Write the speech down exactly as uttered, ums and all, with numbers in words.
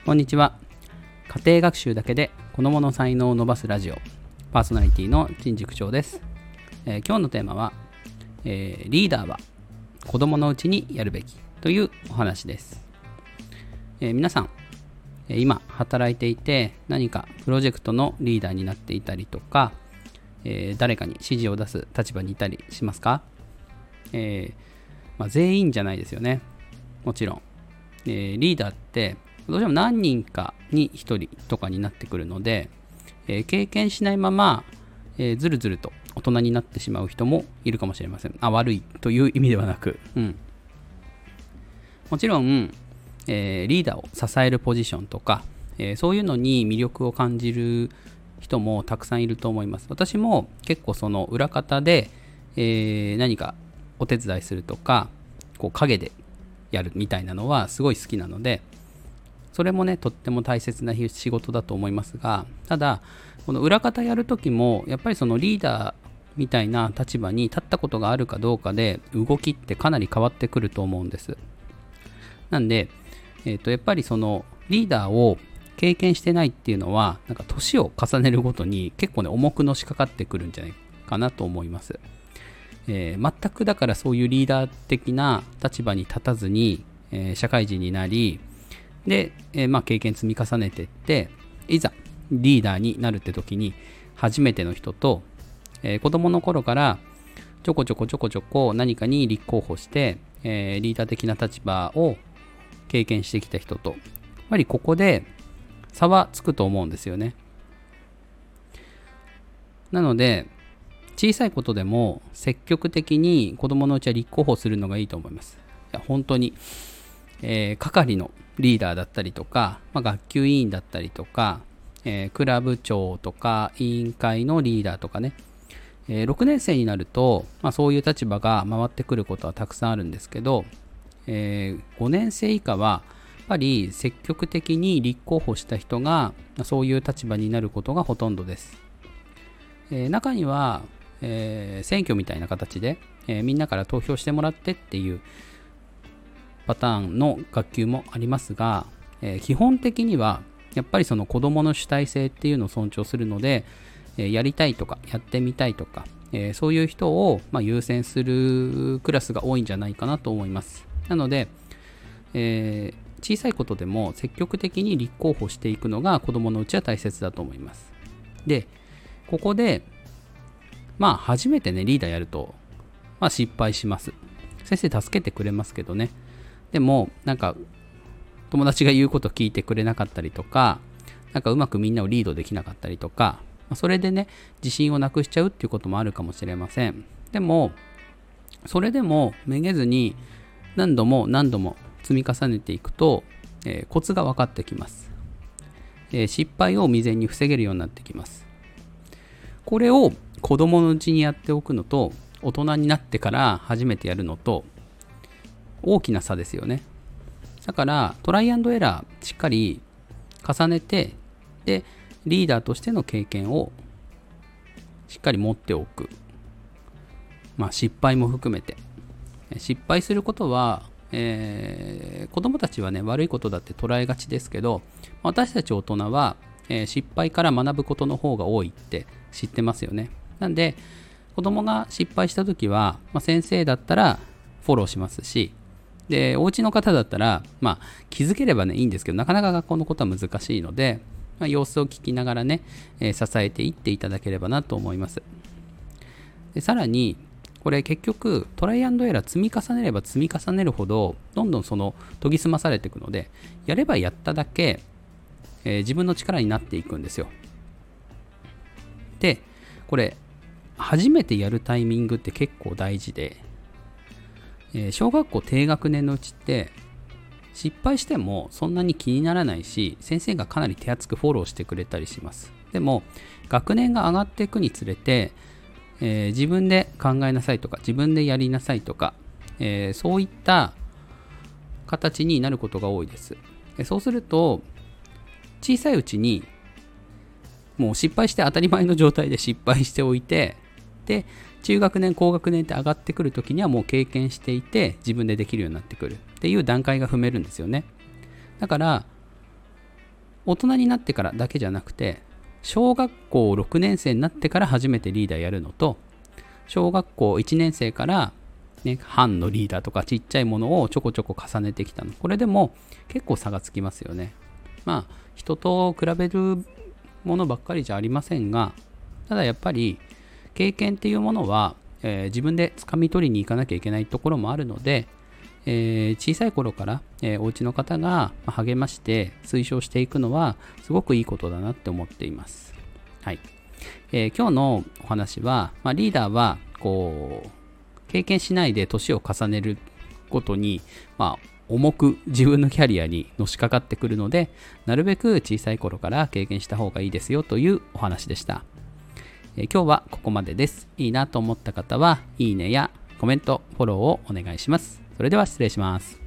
こんにちは。家庭学習だけで子どもの才能を伸ばすラジオ、パーソナリティの陳塾長です。えー、今日のテーマは、えー、リーダーは子どものうちにやるべきというお話です。えー、皆さん、えー、今働いていて何かプロジェクトのリーダーになっていたりとか、えー、誰かに指示を出す立場にいたりしますか？えーまあ、全員じゃないですよね。もちろん、えー、リーダーってどうしても何人かにひとりとかになってくるので、えー、経験しないまま、えー、ずるずると大人になってしまう人もいるかもしれません。あ、悪いという意味ではなく、うん、もちろん、えー、リーダーを支えるポジションとか、えー、そういうのに魅力を感じる人もたくさんいると思います。私も結構その裏方で、えー、何かお手伝いするとか、こう陰でやるみたいなのはすごい好きなので、それもねとっても大切な仕事だと思いますが、ただこの裏方やるときもやっぱりそのリーダーみたいな立場に立ったことがあるかどうかで動きってかなり変わってくると思うんです。なんで、えーと、やっぱりそのリーダーを経験してないっていうのは、なんか年を重ねるごとに結構ね重くのしかかってくるんじゃないかなと思います。えー、全くだからそういうリーダー的な立場に立たずに、えー、社会人になりで、えーまあ、経験積み重ねていって、いざリーダーになるって時に初めての人と、えー、子供の頃からちょこちょこちょこちょこ何かに立候補して、えー、リーダー的な立場を経験してきた人と、やっぱりここで差はつくと思うんですよね。なので小さいことでも積極的に子供のうちは立候補するのがいいと思います。いや本当に、えー、係のリーダーだったりとか、まあ、学級委員だったりとか、えー、クラブ長とか委員会のリーダーとかね、えー、ろくねん生になると、まあ、そういう立場が回ってくることはたくさんあるんですけど、えー、ごねん生以下はやっぱり積極的に立候補した人がそういう立場になることがほとんどです。えー、中には、えー、選挙みたいな形で、えー、みんなから投票してもらってっていうパターンの学級もありますが、えー、基本的にはやっぱりその子どもの主体性っていうのを尊重するので、えー、やりたいとかやってみたいとか、えー、そういう人を、まあ、優先するクラスが多いんじゃないかなと思います。なので、えー、小さいことでも積極的に立候補していくのが子どものうちは大切だと思います。で、ここでまあ初めてねリーダーやると、まあ、失敗します。先生助けてくれますけどね。でもなんか友達が言うこと聞いてくれなかったりとか、なんかうまくみんなをリードできなかったりとか、それでね自信をなくしちゃうっていうこともあるかもしれません。でもそれでもめげずに何度も何度も積み重ねていくと、えー、コツが分かってきます。えー、失敗を未然に防げるようになってきます。これを子供のうちにやっておくのと、大人になってから初めてやるのと大きな差ですよね。だからトライアンドエラーしっかり重ねて、でリーダーとしての経験をしっかり持っておく。まあ失敗も含めて。失敗することは、えー、子供たちはね悪いことだって捉えがちですけど、私たち大人は、えー、失敗から学ぶことの方が多いって知ってますよね。なんで子供が失敗した時は、まあ、先生だったらフォローしますし、でお家の方だったら、まあ、気づければねいいんですけど、なかなか学校のことは難しいので、まあ、様子を聞きながらね、えー、支えていっていただければなと思います。でさらにこれ結局トライアンドエラー積み重ねれば積み重ねるほどどんどんその研ぎ澄まされていくので、やればやっただけ、えー、自分の力になっていくんですよ。でこれ初めてやるタイミングって結構大事で、えー、小学校低学年のうちって失敗してもそんなに気にならないし、先生がかなり手厚くフォローしてくれたりします。でも学年が上がっていくにつれて、えー、自分で考えなさいとか自分でやりなさいとか、えー、そういった形になることが多いです。そうすると小さいうちにもう失敗して当たり前の状態で失敗しておいて、で中学年高学年って上がってくるときにはもう経験していて自分でできるようになってくるっていう段階が踏めるんですよね。だから大人になってからだけじゃなくて、小学校ろくねん生になってから初めてリーダーやるのと、小学校いちねん生から、ね、班のリーダーとかちっちゃいものをちょこちょこ重ねてきたの。これでも結構差がつきますよね。まあ、人と比べるものばっかりじゃありませんが、ただやっぱり経験っていうものは、えー、自分で掴み取りに行かなきゃいけないところもあるので、えー、小さい頃から、えー、お家の方が励まして推奨していくのはすごくいいことだなって思っています。はい。えー、今日のお話は、まあ、リーダーはこう経験しないで年を重ねるごとに、まあ、重く自分のキャリアにのしかかってくるので、なるべく小さい頃から経験した方がいいですよというお話でした。えー、今日はここまでです。いいなと思った方はいいねやコメント、フォローをお願いします。それでは失礼します。